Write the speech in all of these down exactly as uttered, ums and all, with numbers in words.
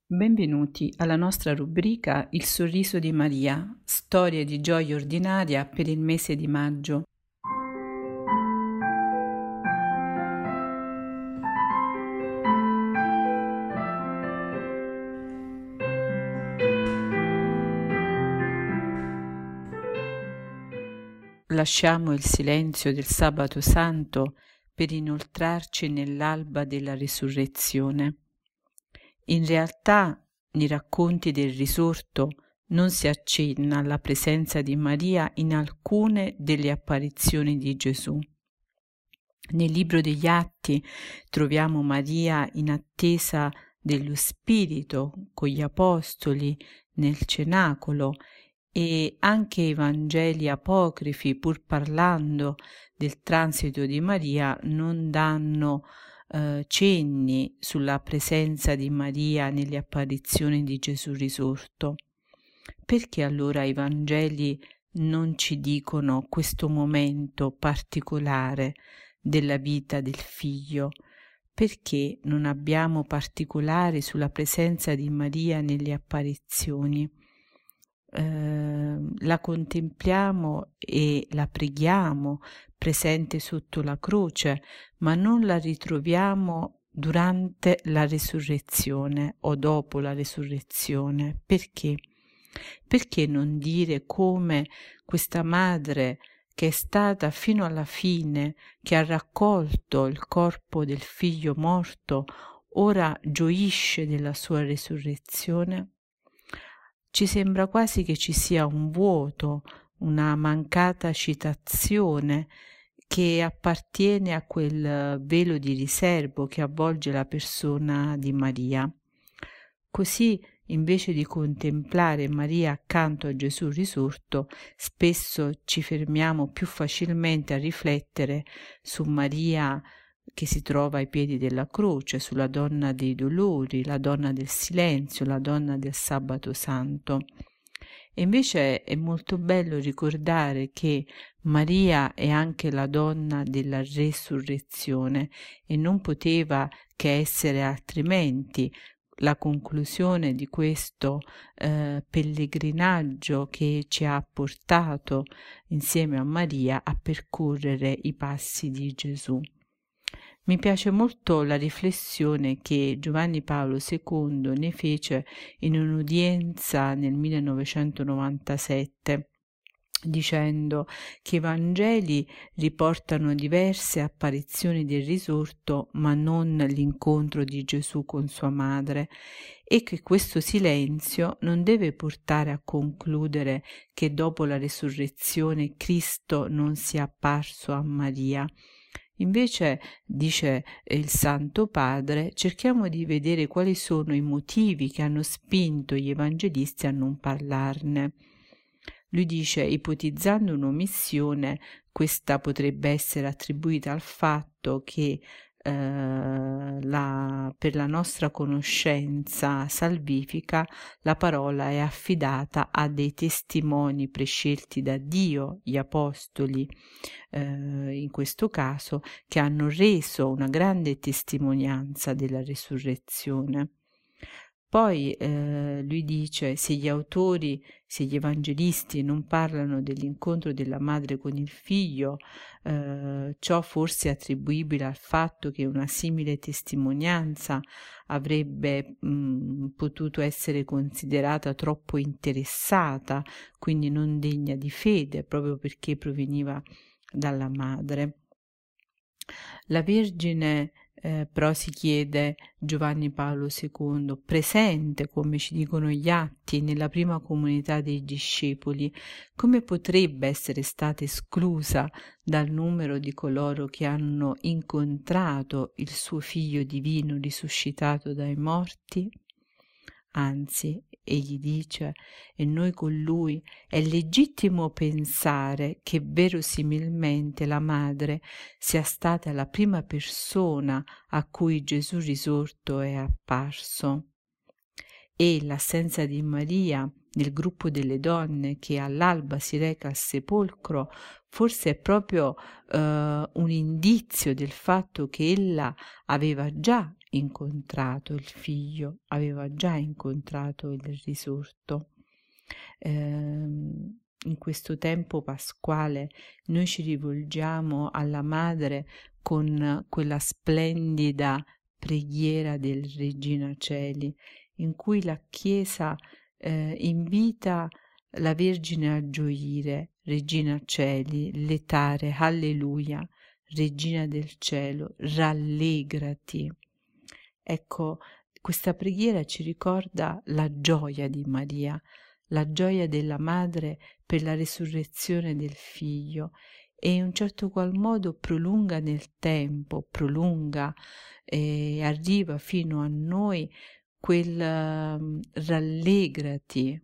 Benvenuti alla nostra rubrica Il sorriso di Maria, storie di gioia ordinaria per il mese di maggio. Lasciamo il silenzio del Sabato Santo per inoltrarci nell'alba della risurrezione. In realtà, nei racconti del risorto non si accenna alla presenza di Maria in alcune delle apparizioni di Gesù. Nel libro degli Atti troviamo Maria in attesa dello Spirito con gli Apostoli nel cenacolo, e anche i Vangeli apocrifi, pur parlando del transito di Maria, non danno eh, cenni sulla presenza di Maria nelle apparizioni di Gesù risorto. Perché allora i Vangeli non ci dicono questo momento particolare della vita del figlio? Perché non abbiamo particolari sulla presenza di Maria nelle apparizioni? Eh, la contempliamo e la preghiamo presente sotto la croce, ma non la ritroviamo durante la risurrezione o dopo la risurrezione. Perché? Perché non dire come questa madre che è stata fino alla fine, che ha raccolto il corpo del figlio morto, ora gioisce della sua risurrezione? Ci sembra quasi che ci sia un vuoto, una mancata citazione che appartiene a quel velo di riservo che avvolge la persona di Maria. Così, invece di contemplare Maria accanto a Gesù risorto, spesso ci fermiamo più facilmente a riflettere su Maria che si trova ai piedi della croce, sulla donna dei dolori, la donna del silenzio, la donna del Sabato Santo. E invece è molto bello ricordare che Maria è anche la donna della resurrezione e non poteva che essere altrimenti la conclusione di questo eh, pellegrinaggio che ci ha portato insieme a Maria a percorrere i passi di Gesù. Mi piace molto la riflessione che Giovanni Paolo secondo ne fece in un'udienza nel millenovecentonovantasette, dicendo che i Vangeli riportano diverse apparizioni del risorto, ma non l'incontro di Gesù con sua madre, e che questo silenzio non deve portare a concludere che dopo la risurrezione Cristo non sia apparso a Maria. Invece, dice il Santo Padre, cerchiamo di vedere quali sono i motivi che hanno spinto gli evangelisti a non parlarne. Lui dice, ipotizzando un'omissione, questa potrebbe essere attribuita al fatto che eh, la, per la nostra conoscenza salvifica la parola è affidata a dei testimoni prescelti da Dio, gli apostoli, eh, in questo caso, che hanno reso una grande testimonianza della risurrezione. Poi eh, lui dice, se gli autori, se gli evangelisti non parlano dell'incontro della madre con il figlio, eh, ciò forse è attribuibile al fatto che una simile testimonianza avrebbe mh, potuto essere considerata troppo interessata, quindi non degna di fede, proprio perché proveniva dalla madre. La Vergine eh, però si chiede Giovanni Paolo secondo, presente, come ci dicono gli atti, nella prima comunità dei discepoli, come potrebbe essere stata esclusa dal numero di coloro che hanno incontrato il suo figlio divino risuscitato dai morti? Anzi, egli dice, e noi con lui, è legittimo pensare che verosimilmente la madre sia stata la prima persona a cui Gesù risorto è apparso. E l'assenza di Maria nel gruppo delle donne che all'alba si reca al sepolcro forse è proprio eh, un indizio del fatto che ella aveva già incontrato il Figlio, aveva già incontrato il risorto. Ehm, in questo tempo pasquale noi ci rivolgiamo alla Madre con quella splendida preghiera del Regina Coeli, in cui la Chiesa eh, invita la Vergine a gioire, Regina Coeli, letare, alleluia, Regina del cielo, rallegrati. Ecco, questa preghiera ci ricorda la gioia di Maria, la gioia della Madre per la risurrezione del Figlio, e in un certo qual modo prolunga nel tempo, prolunga e arriva fino a noi quel uh, rallegrati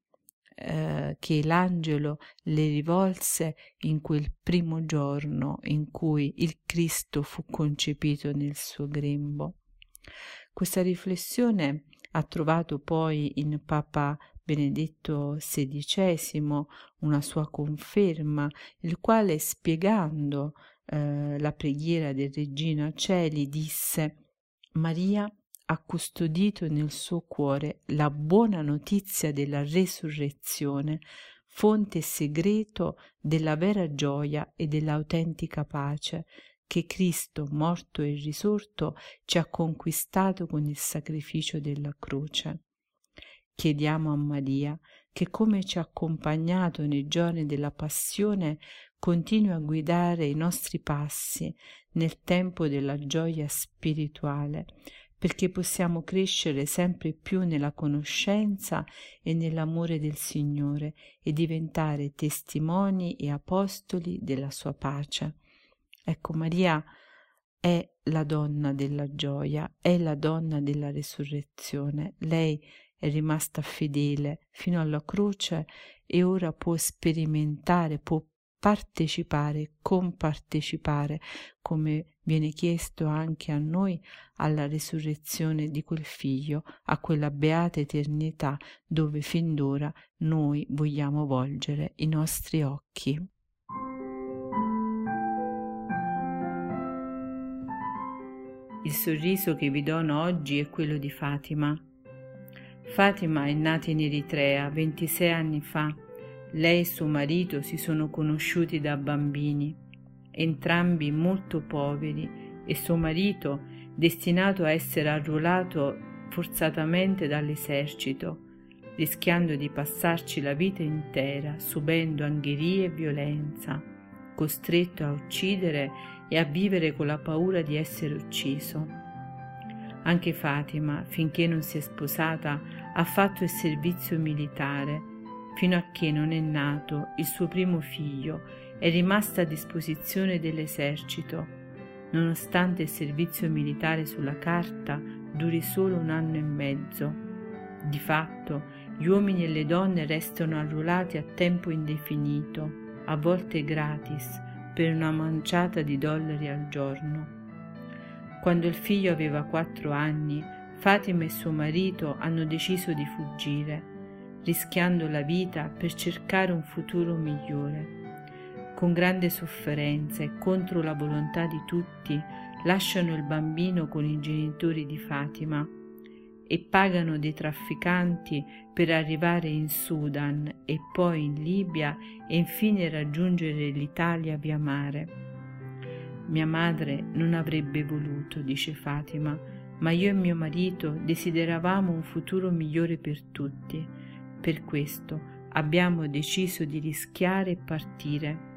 eh, che l'angelo le rivolse in quel primo giorno in cui il Cristo fu concepito nel suo grembo. Questa riflessione ha trovato poi in Papa Benedetto sedicesimo una sua conferma, il quale, spiegando eh, la preghiera del Regina Coeli, disse: Maria ha custodito nel suo cuore la buona notizia della resurrezione, fonte e segreto della vera gioia e dell'autentica pace che Cristo, morto e risorto, ci ha conquistato con il sacrificio della croce. Chiediamo a Maria che, come ci ha accompagnato nei giorni della Passione, continui a guidare i nostri passi nel tempo della gioia spirituale, perché possiamo crescere sempre più nella conoscenza e nell'amore del Signore e diventare testimoni e apostoli della sua pace. Ecco, Maria è la donna della gioia, è la donna della risurrezione. Lei è rimasta fedele fino alla croce e ora può sperimentare, può partecipare, compartecipare, come viene chiesto anche a noi, alla risurrezione di quel Figlio, a quella beata eternità dove fin d'ora noi vogliamo volgere i nostri occhi. Il sorriso che vi dono oggi è quello di Fatima. Fatima è nata in Eritrea ventisei anni fa. Lei e suo marito si sono conosciuti da bambini, entrambi molto poveri, e suo marito destinato a essere arruolato forzatamente dall'esercito, rischiando di passarci la vita intera, subendo angherie e violenza, costretto a uccidere e a vivere con la paura di essere ucciso. Anche Fatima, finché non si è sposata, ha fatto il servizio militare, fino a che non è nato il suo primo figlio, è rimasta a disposizione dell'esercito, nonostante il servizio militare sulla carta duri solo un anno e mezzo. Di fatto, gli uomini e le donne restano arruolati a tempo indefinito, a volte gratis, per una manciata di dollari al giorno. Quando il figlio aveva quattro anni, Fatima e suo marito hanno deciso di fuggire, rischiando la vita per cercare un futuro migliore. Con grande sofferenza e contro la volontà di tutti, lasciano il bambino con i genitori di Fatima e pagano dei trafficanti per arrivare in Sudan e poi in Libia e infine raggiungere l'Italia via mare. Mia madre non avrebbe voluto, dice Fatima, ma io e mio marito desideravamo un futuro migliore per tutti. Per questo abbiamo deciso di rischiare e partire.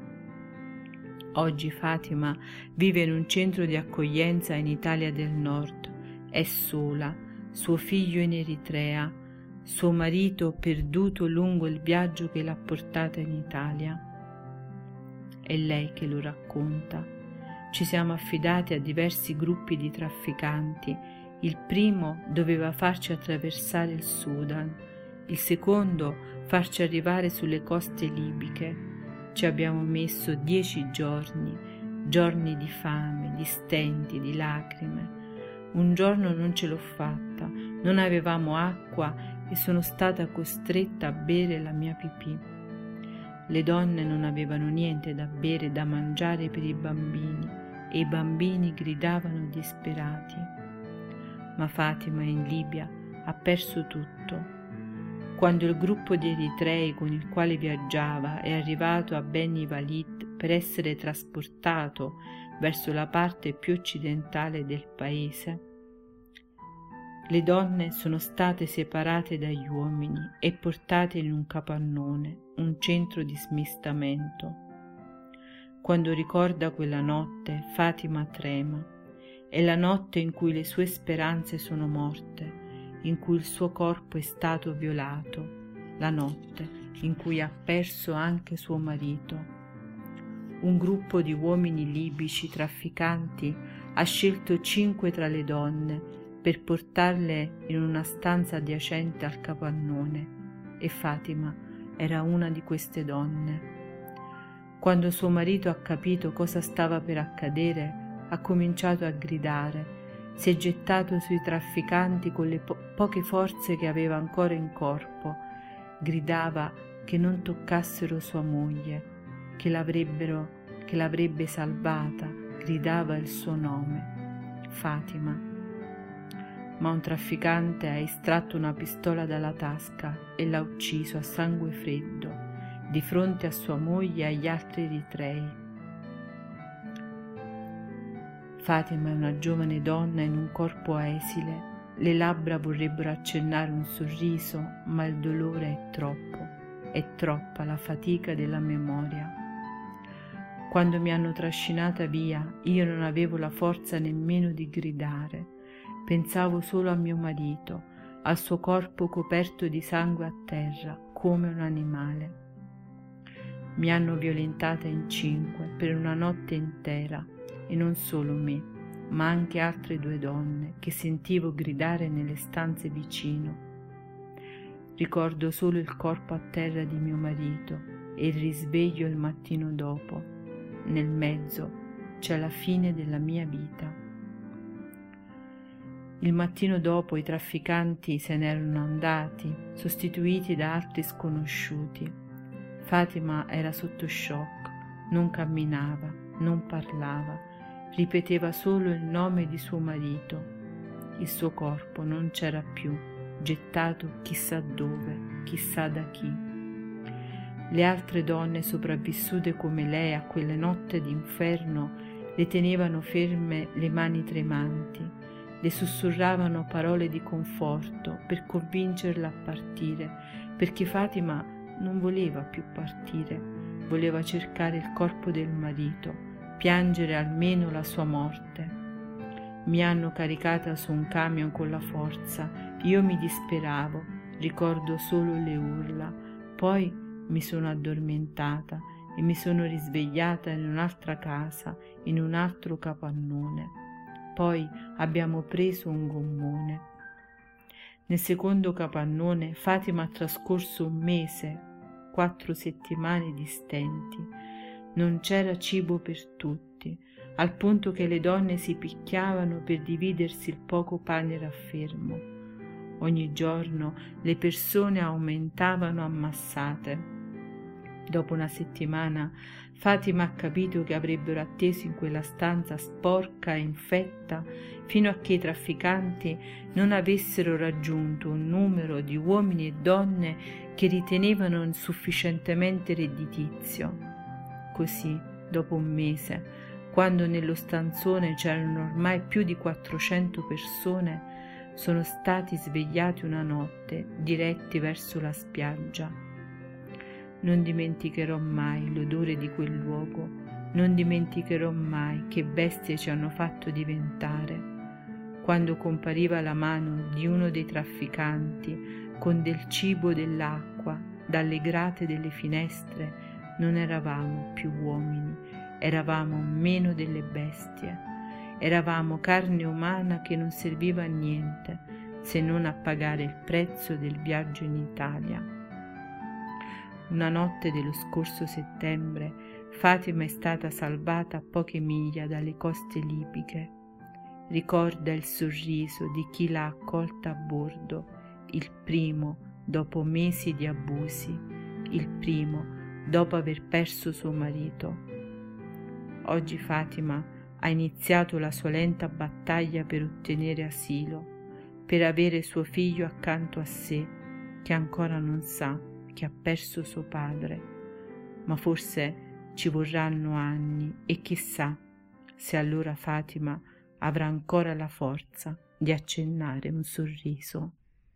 Oggi Fatima vive in un centro di accoglienza in Italia del Nord. È sola, suo figlio in Eritrea, suo marito perduto lungo il viaggio che l'ha portata in Italia. È lei che lo racconta. Ci siamo affidati a diversi gruppi di trafficanti. Il primo doveva farci attraversare il Sudan, il secondo farci arrivare sulle coste libiche. Ci abbiamo messo dieci giorni, giorni di fame, di stenti, di lacrime. Un giorno non ce l'ho fatta, non avevamo acqua e sono stata costretta a bere la mia pipì. Le donne non avevano niente da bere e da mangiare per i bambini e i bambini gridavano disperati. ma Fatima in Libia ha perso tutto. Quando il gruppo di eritrei con il quale viaggiava è arrivato a Beni Walid per essere trasportato verso la parte più occidentale del paese, le donne sono state separate dagli uomini e portate in un capannone, un centro di smistamento. Quando ricorda quella notte, Fatima trema. È la notte in cui le sue speranze sono morte, in cui il suo corpo è stato violato, la notte in cui ha perso anche suo marito. Un gruppo di uomini libici trafficanti ha scelto cinque tra le donne per portarle in una stanza adiacente al capannone, e Fatima era una di queste donne. Quando suo marito ha capito cosa stava per accadere, ha cominciato a gridare. Si è gettato sui trafficanti con le po- poche forze che aveva ancora in corpo. Gridava che non toccassero sua moglie, che l'avrebbero, che l'avrebbe salvata. Gridava il suo nome, Fatima. Ma un trafficante ha estratto una pistola dalla tasca e l'ha ucciso a sangue freddo, di fronte a sua moglie e agli altri eritrei. Fatima è una giovane donna in un corpo esile. Le labbra vorrebbero accennare un sorriso, ma il dolore è troppo, è troppa la fatica della memoria. Quando mi hanno trascinata via, io non avevo la forza nemmeno di gridare. Pensavo solo a mio marito, al suo corpo coperto di sangue a terra, come un animale. Mi hanno violentata in cinque per una notte intera, e non solo me, ma anche altre due donne che sentivo gridare nelle stanze vicino. Ricordo solo il corpo a terra di mio marito e il risveglio il mattino dopo. Nel mezzo c'è la fine della mia vita. Il mattino dopo i trafficanti se n'erano andati, sostituiti da altri sconosciuti. Fatima era sotto shock, non camminava, non parlava, ripeteva solo il nome di suo marito. Il suo corpo non c'era più, gettato chissà dove, chissà da chi. Le altre donne sopravvissute come lei a quelle notte d'inferno le tenevano ferme le mani tremanti, le sussurravano parole di conforto per convincerla a partire, perché Fatima non voleva più partire, voleva cercare il corpo del marito, piangere almeno la sua morte. Mi hanno caricata su un camion con la forza, io mi disperavo, ricordo solo le urla, poi mi sono addormentata e mi sono risvegliata in un'altra casa, in un altro capannone. Poi abbiamo preso un gommone. Nel secondo capannone Fatima ha trascorso un mese, quattro settimane di stenti. Non c'era cibo per tutti, al punto che le donne si picchiavano per dividersi il poco pane raffermo. Ogni giorno le persone aumentavano ammassate. Dopo una settimana Fatima ha capito che avrebbero atteso in quella stanza sporca e infetta fino a che i trafficanti non avessero raggiunto un numero di uomini e donne che ritenevano insufficientemente redditizio. Così, dopo un mese, quando nello stanzone c'erano ormai più di quattrocento persone, sono stati svegliati una notte, diretti verso la spiaggia. Non dimenticherò mai l'odore di quel luogo, non dimenticherò mai che bestie ci hanno fatto diventare. Quando compariva la mano di uno dei trafficanti con del cibo e dell'acqua dalle grate delle finestre, non eravamo più uomini, eravamo meno delle bestie. Eravamo carne umana che non serviva a niente se non a pagare il prezzo del viaggio in Italia. Una notte dello scorso settembre Fatima è stata salvata a poche miglia dalle coste libiche. Ricorda il sorriso di chi l'ha accolta a bordo, il primo dopo mesi di abusi, il primo dopo aver perso suo marito. Oggi Fatima ha iniziato la sua lenta battaglia per ottenere asilo. per avere suo figlio accanto a sé, che ancora non sa che ha perso suo padre, ma forse ci vorranno anni e chissà se allora Fatima avrà ancora la forza di accennare un sorriso.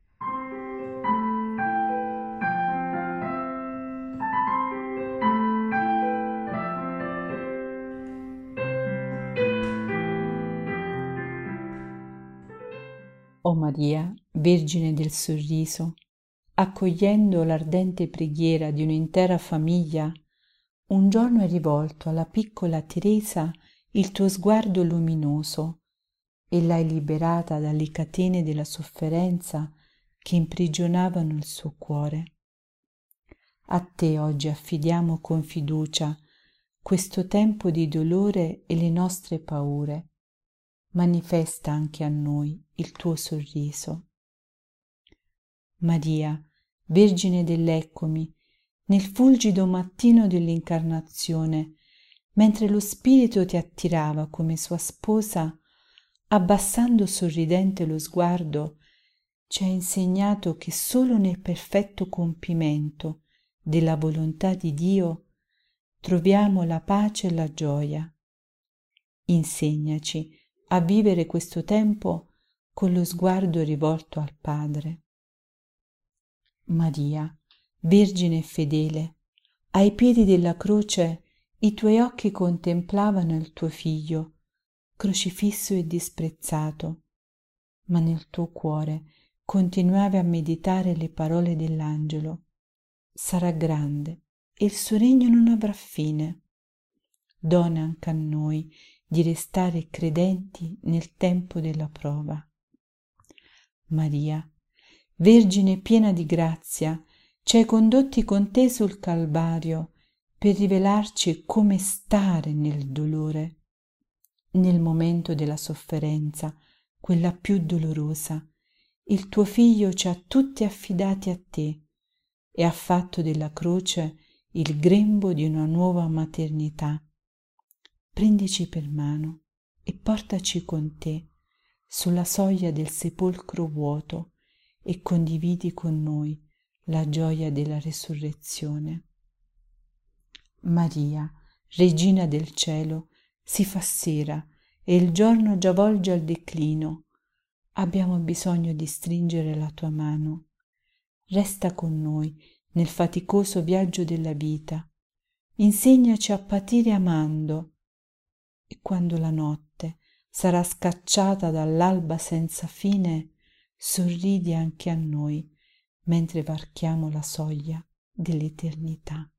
O Maria, Vergine del Sorriso, accogliendo l'ardente preghiera di un'intera famiglia, un giorno hai rivolto alla piccola Teresa il tuo sguardo luminoso e l'hai liberata dalle catene della sofferenza che imprigionavano il suo cuore. A te oggi affidiamo con fiducia questo tempo di dolore e le nostre paure. Manifesta anche a noi il tuo sorriso. Maria, Vergine dell'Eccomi, nel fulgido mattino dell'Incarnazione, mentre lo Spirito ti attirava come sua sposa, abbassando sorridente lo sguardo, ci ha insegnato che solo nel perfetto compimento della volontà di Dio troviamo la pace e la gioia. Insegnaci a vivere questo tempo con lo sguardo rivolto al Padre. Maria, Vergine fedele, ai piedi della croce i tuoi occhi contemplavano il tuo figlio, crocifisso e disprezzato, ma nel tuo cuore continuavi a meditare le parole dell'angelo. Sarà grande e il suo regno non avrà fine. Dona anche a noi di restare credenti nel tempo della prova. Maria, Vergine piena di grazia, ci hai condotti con te sul Calvario per rivelarci come stare nel dolore. Nel momento della sofferenza, quella più dolorosa, il tuo figlio ci ha tutti affidati a te e ha fatto della croce il grembo di una nuova maternità. Prendici per mano e portaci con te sulla soglia del sepolcro vuoto e condividi con noi la gioia della resurrezione. Maria, Regina del cielo, si fa sera e il giorno già volge al declino. Abbiamo bisogno di stringere la tua mano. Resta con noi nel faticoso viaggio della vita. Insegnaci a patire amando. E quando la notte sarà scacciata dall'alba senza fine, sorridi anche a noi mentre varchiamo la soglia dell'eternità.